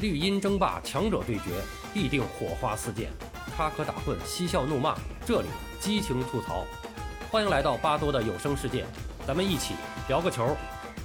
绿茵争霸，强者对决，必定火花四溅，插科打诨，嬉笑怒骂，这里激情吐槽。欢迎来到巴多的有声世界，咱们一起聊个球。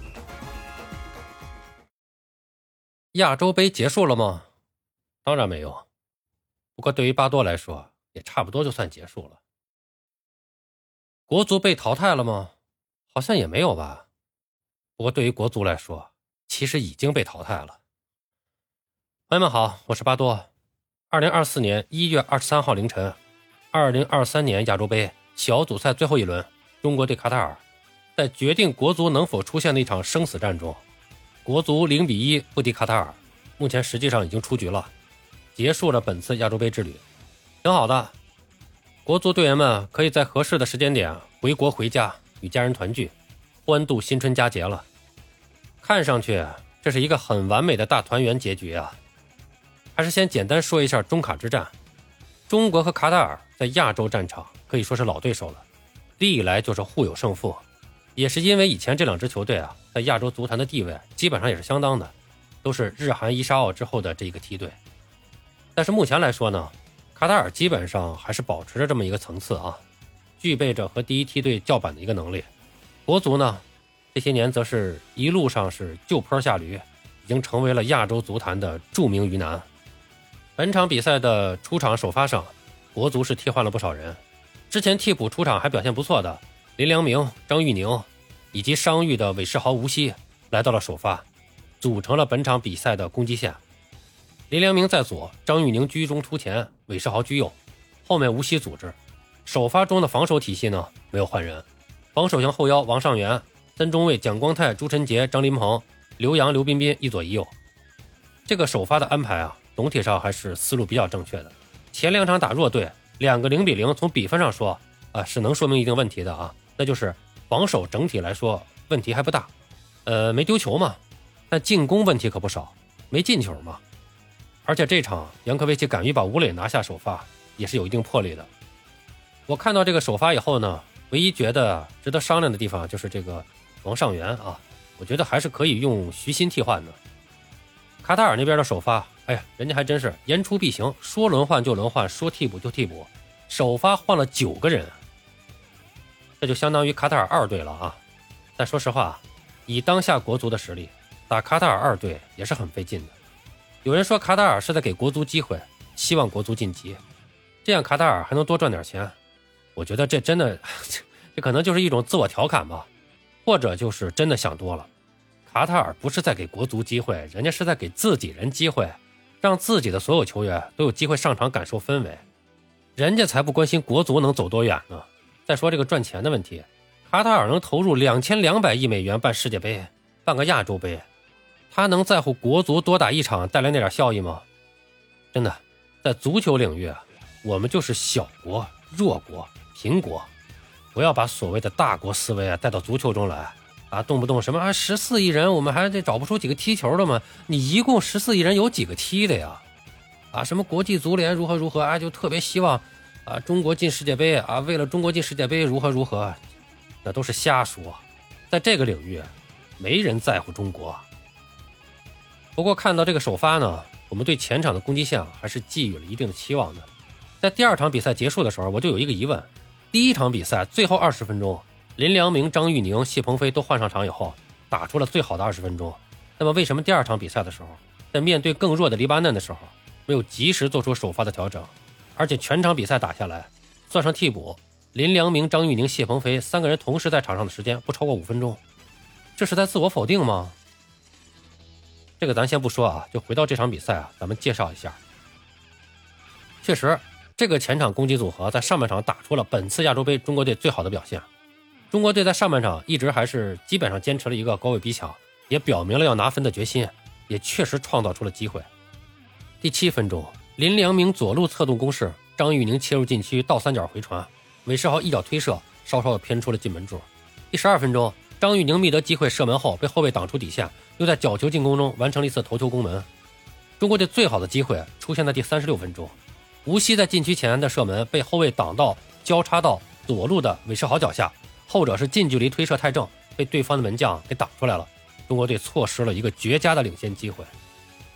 亚洲杯结束了吗？当然没有，不过对于巴多来说，也差不多就算结束了。国足被淘汰了吗？好像也没有吧。不过对于国足来说，其实已经被淘汰了。朋友们好，我是巴多。2024年1月23号凌晨，2023年亚洲杯小组赛最后一轮，中国对卡塔尔，在决定国足能否出现的一场生死战中，国足0-1不敌卡塔尔，目前实际上已经出局了，结束了本次亚洲杯之旅。挺好的，国足队员们可以在合适的时间点回国回家，与家人团聚，欢度新春佳节了。看上去这是一个很完美的大团圆结局啊。还是先简单说一下中卡之战。中国和卡塔尔在亚洲战场可以说是老对手了，历来就是互有胜负，也是因为以前这两支球队在亚洲足坛的地位基本上也是相当的，都是日韩伊沙奥之后的这个梯队。但是目前来说呢，卡塔尔基本上还是保持着这么一个层次具备着和第一梯队叫板的一个能力。国足呢，这些年则是一路上是就坡下驴，已经成为了亚洲足坛的著名鱼腩。本场比赛的出场首发上，国足是替换了不少人，之前替补出场还表现不错的林良铭、张玉宁以及伤愈的韦世豪、吴曦来到了首发，组成了本场比赛的攻击线。林良铭在左，张玉宁居中突前，韦世豪居右，后面吴曦组织。首发中的防守体系呢，没有换人，防守型后腰王上元、曾中卫蒋光太、朱晨杰、张琳芃、刘洋、刘彬彬一左一右。这个首发的安排总体上还是思路比较正确的。前两场打弱队，2个0-0，从比分上说是能说明一定问题的那就是防守整体来说问题还不大，没丢球嘛，但进攻问题可不少，没进球嘛。而且这场杨科维奇敢于把吴磊拿下首发，也是有一定魄力的。我看到这个首发以后呢，唯一觉得值得商量的地方就是这个王上元我觉得还是可以用徐新替换的。卡塔尔那边的首发，人家还真是言出必行，说轮换就轮换，说替补就替补，首发换了9个人，这就相当于卡塔尔2队了但说实话，以当下国足的实力，打卡塔尔2队也是很费劲的。有人说卡塔尔是在给国足机会，希望国足晋级，这样卡塔尔还能多赚点钱。我觉得这真的这可能就是一种自我调侃吧，或者就是真的想多了。卡塔尔不是在给国足机会，人家是在给自己人机会，让自己的所有球员都有机会上场感受氛围，人家才不关心国足能走多远呢。再说这个赚钱的问题，卡塔尔能投入2200亿美元办世界杯，办个亚洲杯，他能在乎国足多打一场带来那点效益吗？真的，在足球领域我们就是小国、弱国、贫国，不要把所谓的大国思维带到足球中来动不动什么14亿人，我们还得找不出几个踢球的吗？你一共14亿人有几个踢的呀？什么国际足联如何如何就特别希望中国进世界杯为了中国进世界杯如何如何，那都是瞎说。在这个领域，没人在乎中国。不过看到这个首发呢，我们对前场的攻击线还是寄予了一定的期望的。在第2场比赛结束的时候，我就有一个疑问：第1场比赛最后20分钟，林良铭、张玉宁、谢鹏飞都换上场以后，打出了最好的20分钟。那么为什么第2场比赛的时候，在面对更弱的黎巴嫩的时候，没有及时做出首发的调整？而且全场比赛打下来，算上替补，林良铭、张玉宁、谢鹏飞3个人同时在场上的时间不超过5分钟，这是在自我否定吗？这个咱先不说就回到这场比赛咱们介绍一下。确实，这个前场攻击组合在上半场打出了本次亚洲杯中国队最好的表现。中国队在上半场一直还是基本上坚持了一个高位逼抢，也表明了要拿分的决心，也确实创造出了机会。第7分钟，林良铭左路侧动攻势，张玉宁切入禁区倒三角回传，韦世豪一脚推射，稍稍的偏出了进门柱。第12分钟，张玉宁觅得机会射门后被后卫挡出底线，又在角球进攻中完成了一次头球攻门。中国队最好的机会出现在第36分钟，吴曦在禁区前的射门被后卫挡到交叉到左路的韦世豪脚下，后者是近距离推射太正，被对方的门将给挡出来了。中国队错失了一个绝佳的领先机会。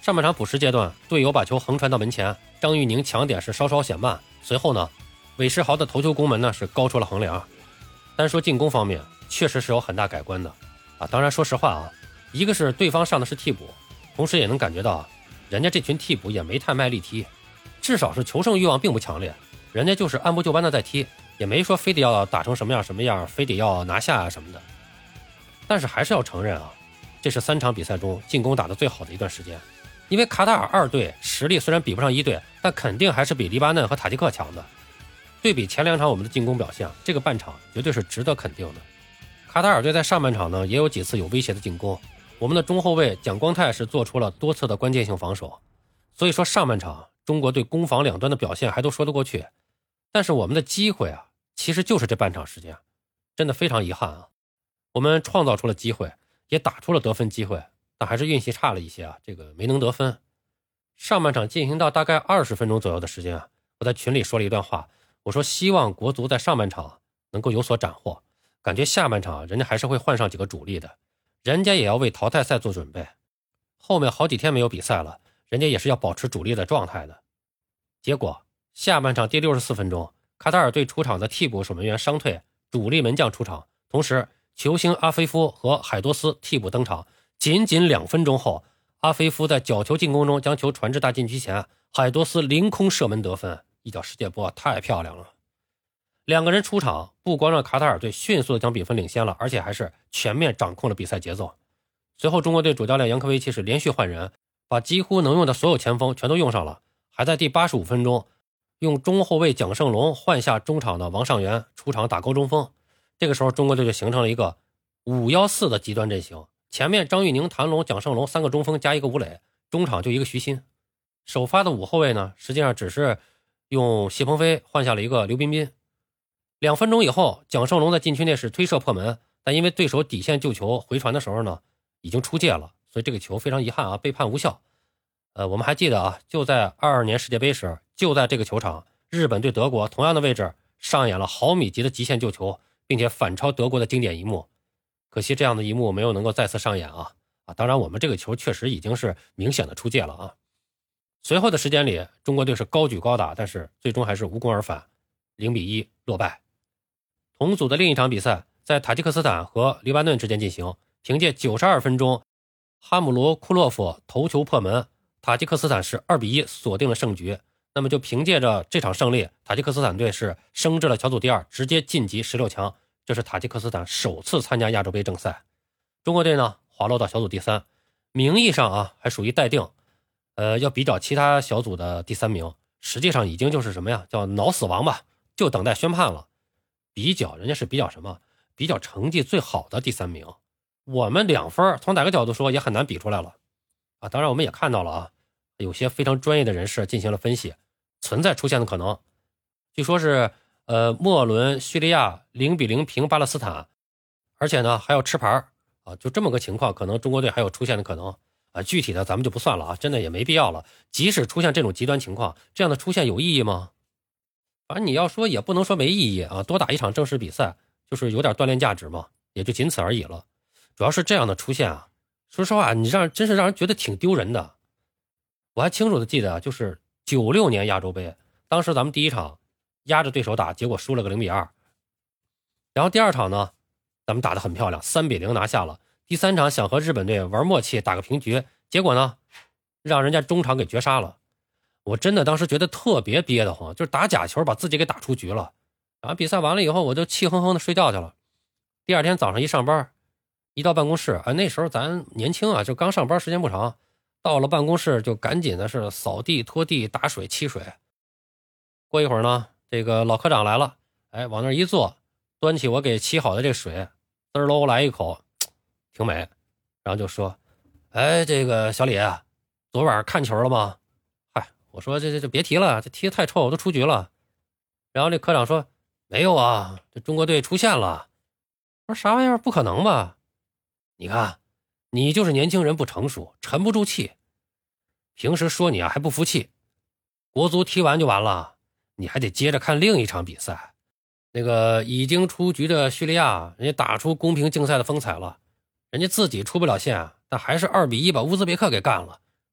上半场补时阶段，队友把球横传到门前，张玉宁抢点是稍稍显慢，随后呢，韦世豪的头球攻门呢是高出了横梁。单说进攻方面，确实是有很大改观的啊。当然说实话啊，一个是对方上的是替补，同时也能感觉到人家这群替补也没太卖力踢，至少是求胜欲望并不强烈，人家就是按部就班的在踢，也没说非得要打成什么样，非得要拿下什么的。但是还是要承认啊，这是3场比赛中进攻打得最好的一段时间。因为卡塔尔2队实力虽然比不上1队，但肯定还是比黎巴嫩和塔吉克强的。对比前2场我们的进攻表现，这个半场绝对是值得肯定的。卡塔尔队在上半场呢也有几次有威胁的进攻，我们的中后卫蒋光太是做出了多次的关键性防守。所以说上半场中国队攻防两端的表现还都说得过去，但是我们的机会啊，其实就是这半场时间，真的非常遗憾啊。我们创造出了机会，也打出了得分机会，但还是运气差了一些啊，这个没能得分。上半场进行到大概20分钟左右的时间啊，我在群里说了一段话，我说希望国足在上半场能够有所斩获，感觉下半场人家还是会换上几个主力的，人家也要为淘汰赛做准备，后面好几天没有比赛了，人家也是要保持主力的状态的。结果下半场第64分钟，卡塔尔队出场的替补守门员伤退，主力门将出场，同时球星阿菲夫和海多斯替补登场，仅2分钟后，阿菲夫在角球进攻中将球传至大禁区前，海多斯凌空射门得分，一脚世界波太漂亮了。2个人出场，不光让卡塔尔队迅速的将比分领先了，而且还是全面掌控了比赛节奏。随后中国队主教练扬科维奇是连续换人，把几乎能用的所有前锋全都用上了，还在第85分钟用中后卫蒋胜龙换下中场的王上源出场打高中锋。这个时候中国队就形成了一个5-1-4的极端阵型，前面张玉宁、谭龙、蒋胜龙3个中锋加1个吴磊，中场就1个徐新。首发的5后卫呢，实际上只是用谢鹏飞换下了一个刘彬彬。2分钟以后，蒋胜龙在禁区内是推射破门，但因为对手底线救球回传的时候呢，已经出界了，所以这个球非常遗憾啊，被判无效。我们还记得啊，就在22年世界杯时，就在这个球场，日本对德国同样的位置上演了毫米级的极限救球，并且反超德国的经典一幕。可惜这样的一幕没有能够再次上演啊！当然我们这个球确实已经是明显的出界了啊。随后的时间里，中国队是高举高打，但是最终还是无功而返，0-1落败。同组的另一场比赛在塔吉克斯坦和黎巴嫩之间进行，凭借92分钟哈姆罗库洛夫头球破门，塔吉克斯坦是2-1锁定了胜局。那么就凭借着这场胜利，塔吉克斯坦队是升至了小组第2，直接晋级16强。这是塔吉克斯坦首次参加亚洲杯正赛。中国队呢滑落到小组第3，名义上啊还属于待定，要比较其他小组的第3名，实际上已经就是什么呀，叫脑死亡吧，就等待宣判了。人家是比较什么？比较成绩最好的第3名。我们2分从哪个角度说也很难比出来了啊！当然我们也看到了啊，有些非常专业的人士进行了分析，存在出现的可能。据说是末轮叙利亚0-0平巴勒斯坦，而且呢还要吃牌啊，就这么个情况，可能中国队还有出现的可能啊。具体的咱们就不算了啊，真的也没必要了。即使出现这种极端情况，这样的出现有意义吗？反正你要说也不能说没意义啊，多打一场正式比赛就是有点锻炼价值嘛，也就仅此而已了。主要是这样的出现啊，说实话，真是让人觉得挺丢人的。我还清楚的记得，就是96年亚洲杯，当时咱们第一场压着对手打，结果输了个0-2。然后第2场呢，咱们打得很漂亮，3-0拿下了。第3场想和日本队玩默契，打个平局，结果呢，让人家中场给绝杀了。我真的当时觉得特别憋得慌，就是打假球把自己给打出局了。然后比赛完了以后，我就气哼哼的睡觉去了。第2天早上一上班，一到办公室，那时候咱年轻啊，就刚上班时间不长，到了办公室就赶紧的是扫地、拖地、打水、沏水。过一会儿呢，这个老科长来了，往那一坐，端起我给沏好的这水，滋喽来一口，挺美。然后就说：“这个小李，昨晚看球了吗？”我说这别提了，这踢得太臭，都出局了。然后这科长说：“没有啊，这中国队出线了。”我说：“啥玩意儿？不可能吧？你看，你就是年轻人不成熟，沉不住气。平时说你啊还不服气，国足踢完就完了，你还得接着看另一场比赛。那个已经出局的叙利亚，人家打出公平竞赛的风采了，人家自己出不了线，但还是2-1把乌兹别克给干了。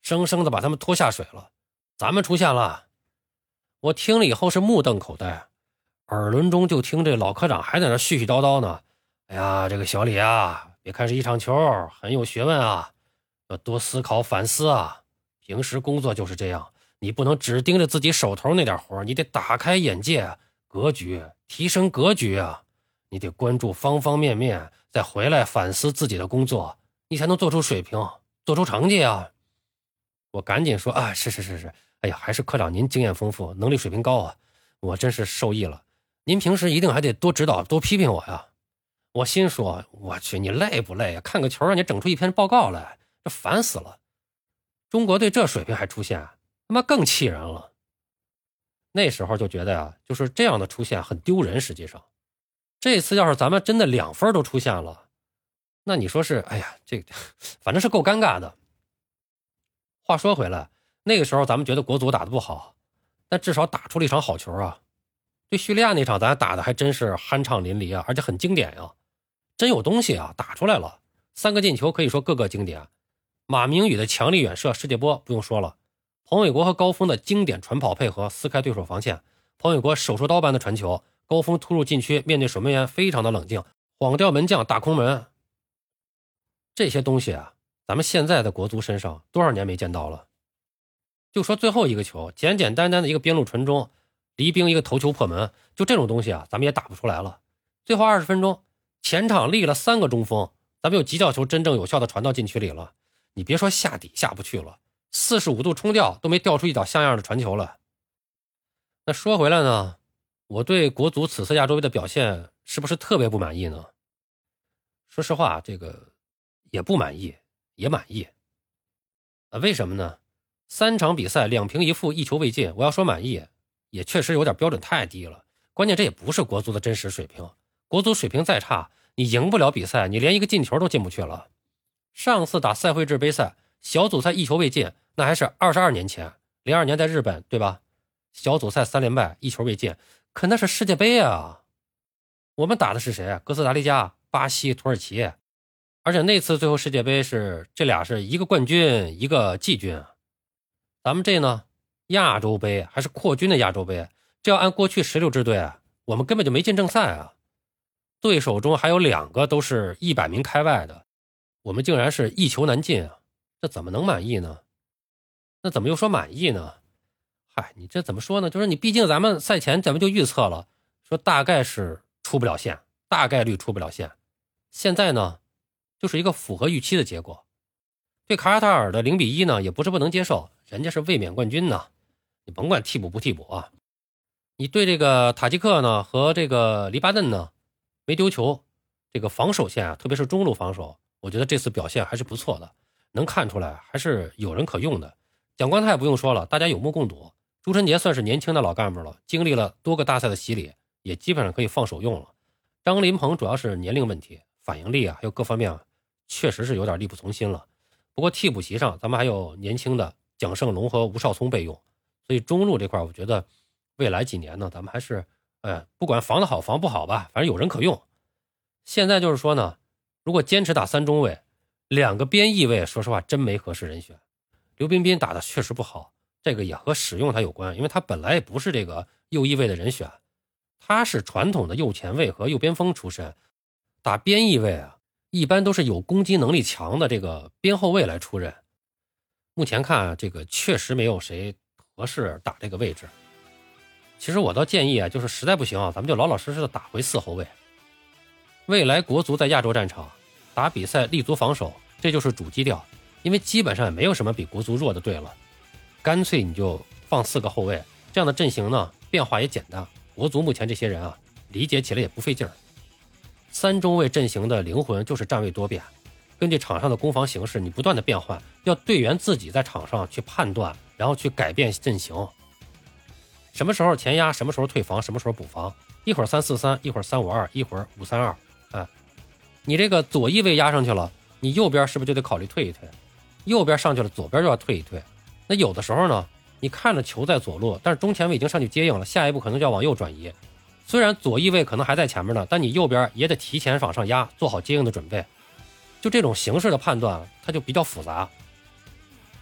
生生的把他们拖下水了。咱们出现了。我听了以后是目瞪口呆，耳轮中就听这老科长还在那絮絮叨叨呢。哎呀，这个小李啊，别看是一场球，很有学问啊，要多思考反思啊。平时工作就是这样，你不能只盯着自己手头那点活，你得打开眼界，格局，提升格局啊。你得关注方方面面，再回来反思自己的工作，你才能做出水平，做出成绩啊。我赶紧说啊，是，哎呀，还是科长您经验丰富，能力水平高啊，我真是受益了。您平时一定还得多指导，多批评我呀。我心说，我去，你累不累啊？看个球让你整出一篇报告来，这烦死了。中国队这水平还出现，他妈更气人了。那时候就觉得呀，就是这样的出现很丢人。实际上，这次要是咱们真的2分都出现了，那你说是，哎呀，这反正是够尴尬的。话说回来，那个时候咱们觉得国足打得不好，但至少打出了一场好球啊。对叙利亚那场咱打的还真是酣畅淋漓啊，而且很经典啊，真有东西啊，打出来了，3个进球可以说个个经典。马明宇的强力远射世界波不用说了，彭伟国和高峰的经典传跑配合撕开对手防线，彭伟国手术刀般的传球，高峰突入禁区，面对守门员非常的冷静，晃掉门将大空门。这些东西啊，咱们现在的国足身上多少年没见到了。就说最后一个球，简简单单的一个边路传中，黎兵一个头球破门，就这种东西啊，咱们也打不出来了。最后20分钟，前场立了3个中锋，咱们有急角球真正有效的传到禁区里了。你别说下底下不去了，45度冲吊都没吊出一脚像样的传球来。那说回来呢，我对国足此次亚洲杯的表现是不是特别不满意呢？说实话，这个也不满意，也满意。为什么呢？3场比赛2平1负1球未进，我要说满意，也确实有点标准太低了。关键这也不是国足的真实水平，国足水平再差，你赢不了比赛，你连一个进球都进不去了。上次打赛会制杯赛，小组赛1球未进，那还是22年前，02年在日本，对吧？小组赛3连败，1球未进，可那是世界杯啊！我们打的是谁？哥斯达黎加、巴西、土耳其，而且那次最后世界杯是这俩是一个冠军，一个季军。咱们这呢，亚洲杯还是扩军的亚洲杯，这要按过去16支队，我们根本就没进正赛啊！对手中还有2个都是100名开外的。我们竟然是1球难进啊，这怎么能满意呢？那怎么又说满意呢？嗨，你这怎么说呢？就是你毕竟咱们赛前咱们就预测了，说大概是出不了线，大概率出不了线。现在呢，就是一个符合预期的结果。对卡塔尔的0-1呢，也不是不能接受，人家是卫冕冠军呢，你甭管替补不替补啊。你对这个塔吉克呢和这个黎巴嫩呢没丢球，这个防守线啊，特别是中路防守，我觉得这次表现还是不错的，能看出来还是有人可用的。蒋光太不用说了，大家有目共睹。朱晨杰算是年轻的老干部了，经历了多个大赛的洗礼，也基本上可以放手用了。张琳芃主要是年龄问题，反应力啊还有各方面确实是有点力不从心了。不过替补席上咱们还有年轻的蒋胜龙和吴少聪备用，所以中路这块我觉得未来几年呢，咱们还是不管防得好防不好吧，反正有人可用。现在就是说呢，如果坚持打3中卫，2个边翼位说实话真没合适人选。刘彬彬打的确实不好，这个也和使用他有关，因为他本来也不是这个右翼位的人选，他是传统的右前卫和右边锋出身，打边翼位啊，一般都是有攻击能力强的这个边后卫来出任。目前看这个确实没有谁合适打这个位置。其实我倒建议啊，就是实在不行啊，咱们就老老实实的打回4后卫。未来国足在亚洲战场打比赛立足防守，这就是主基调，因为基本上也没有什么比国足弱的队了，干脆你就放4个后卫，这样的阵型呢变化也简单，国足目前这些人啊理解起来也不费劲儿。3中卫阵型的灵魂就是站位多变，根据场上的攻防形势你不断的变换，要队员自己在场上去判断，然后去改变阵型，什么时候前压，什么时候退防，什么时候补防，一会儿3-4-3，一会儿3-5-2，一会儿5-3-2。你这个左翼位压上去了，你右边是不是就得考虑退一退？右边上去了，左边就要退一退。那有的时候呢，你看着球在左路，但是中前卫已经上去接应了，下一步可能就要往右转移。虽然左翼位可能还在前面呢，但你右边也得提前往上压，做好接应的准备。就这种形势的判断，它就比较复杂。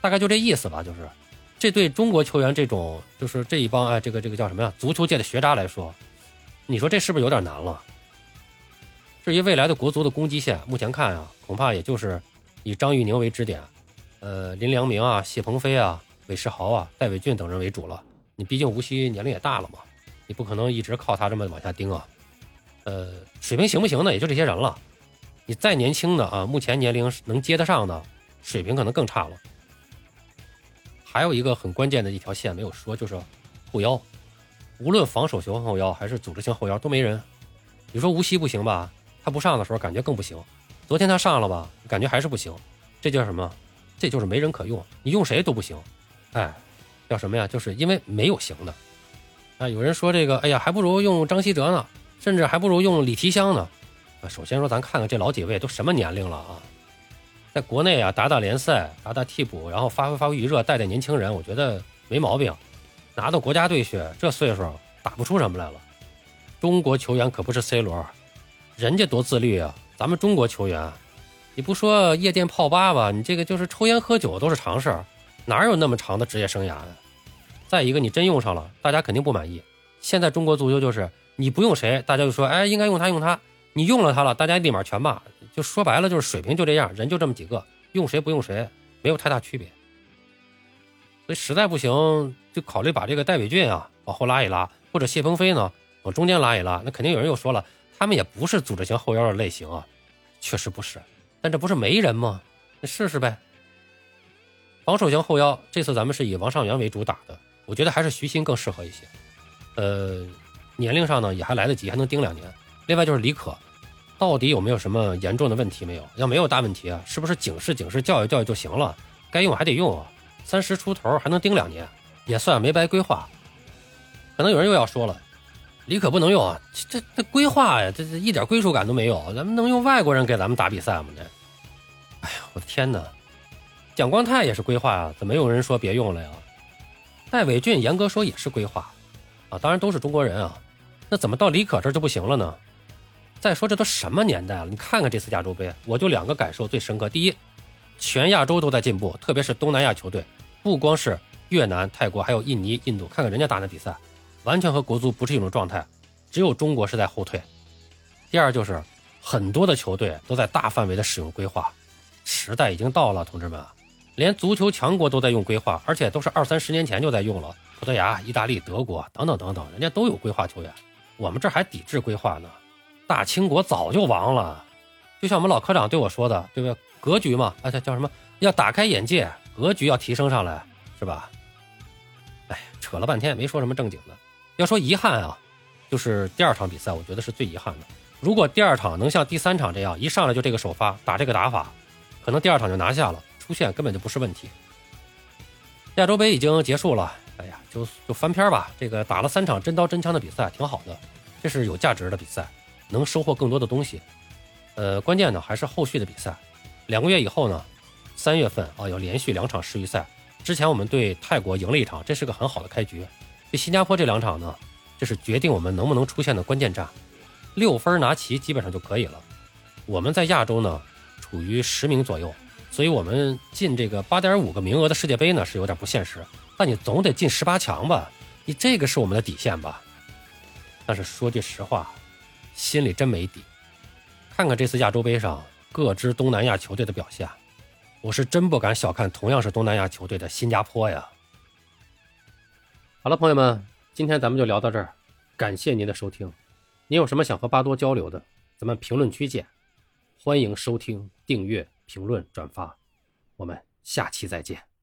大概就这意思吧。就是这对中国球员这种就是这一帮这个叫什么呀，足球界的学渣来说，你说这是不是有点难了？至于未来的国足的攻击线，目前看啊，恐怕也就是以张玉宁为支点，林良铭啊、谢鹏飞啊、韦世豪啊、戴伟俊等人为主了。你毕竟无锡年龄也大了嘛，你不可能一直靠他这么往下盯啊。水平行不行呢？也就这些人了。你再年轻的啊，目前年龄能接得上的，水平可能更差了。还有一个很关键的一条线没有说，就是后腰，无论防守型后腰还是组织型后腰都没人。你说无锡不行吧，他不上的时候感觉更不行，昨天他上了吧，感觉还是不行。这叫什么？这就是没人可用，你用谁都不行。叫什么呀？就是因为没有行的。有人说这个，哎呀，还不如用张稀哲呢，甚至还不如用李提香呢。首先说，咱看看这老几位都什么年龄了啊？在国内啊，打打联赛，打打替补，然后发挥余热，带带年轻人，我觉得没毛病。拿到国家队去，这岁数打不出什么来了。中国球员可不是 C 罗，人家多自律啊。咱们中国球员，你不说夜店泡吧吧，你这个就是抽烟喝酒都是常事儿，哪有那么长的职业生涯呀？再一个，你真用上了，大家肯定不满意。现在中国足球就是你不用谁，大家就说应该用他用他。你用了他了，大家立马全骂，就说白了就是水平就这样，人就这么几个，用谁不用谁没有太大区别。所以实在不行就考虑把这个戴伟俊啊往后拉一拉，或者谢鹏飞呢往中间拉一拉。那肯定有人又说了，他们也不是组织型后腰的类型啊，确实不是，但这不是没人吗？那试试呗。防守型后腰这次咱们是以王上源为主打的，我觉得还是徐新更适合一些。年龄上呢也还来得及，还能盯2年。另外就是李可，到底有没有什么严重的问题没有？要没有大问题啊，是不是警示教育就行了？该用还得用啊，30出头还能盯2年，也算没白规划。可能有人又要说了，李可不能用啊，这规划呀，这一点归属感都没有，咱们能用外国人给咱们打比赛吗？这，哎呀，我的天哪！蒋光太也是规划啊，怎么有人说别用了呀？戴伟俊严格说也是规划啊，当然都是中国人啊，那怎么到李可这就不行了呢？再说这都什么年代了，你看看这次亚洲杯，我就2个感受最深刻。第一，全亚洲都在进步，特别是东南亚球队，不光是越南、泰国，还有印尼、印度，看看人家打的比赛，完全和国足不是一种状态，只有中国是在后退。第二就是很多的球队都在大范围的使用规划，时代已经到了，同志们，连足球强国都在用规划，而且都是20-30年前就在用了，葡萄牙、意大利、德国等等等等，人家都有规划球员，我们这还抵制规划呢。大清国早就亡了，就像我们老科长对我说的，对不对？格局嘛，叫什么？要打开眼界，格局要提升上来，是吧？扯了半天也没说什么正经的。要说遗憾啊，就是第2场比赛，我觉得是最遗憾的。如果第2场能像第3场这样，一上来就这个首发打这个打法，可能第2场就拿下了，出线根本就不是问题。亚洲杯已经结束了，就翻篇吧。这个打了3场真刀真枪的比赛，挺好的，这是有价值的比赛。能收获更多的东西，关键呢还是后续的比赛。2个月以后呢，3月份有连续2场世预赛。之前我们对泰国赢了1场，这是个很好的开局。对新加坡这2场呢，这是决定我们能不能出现的关键战。6分拿齐基本上就可以了。我们在亚洲呢处于10名左右，所以我们进这个8.5个名额的世界杯呢是有点不现实。但你总得进18强吧，你这个是我们的底线吧。但是说句实话，心里真没底。看看这次亚洲杯上各支东南亚球队的表现，我是真不敢小看同样是东南亚球队的新加坡呀。好了，朋友们，今天咱们就聊到这儿，感谢您的收听。您有什么想和巴多交流的，咱们评论区见。欢迎收听、订阅、评论、转发，我们下期再见。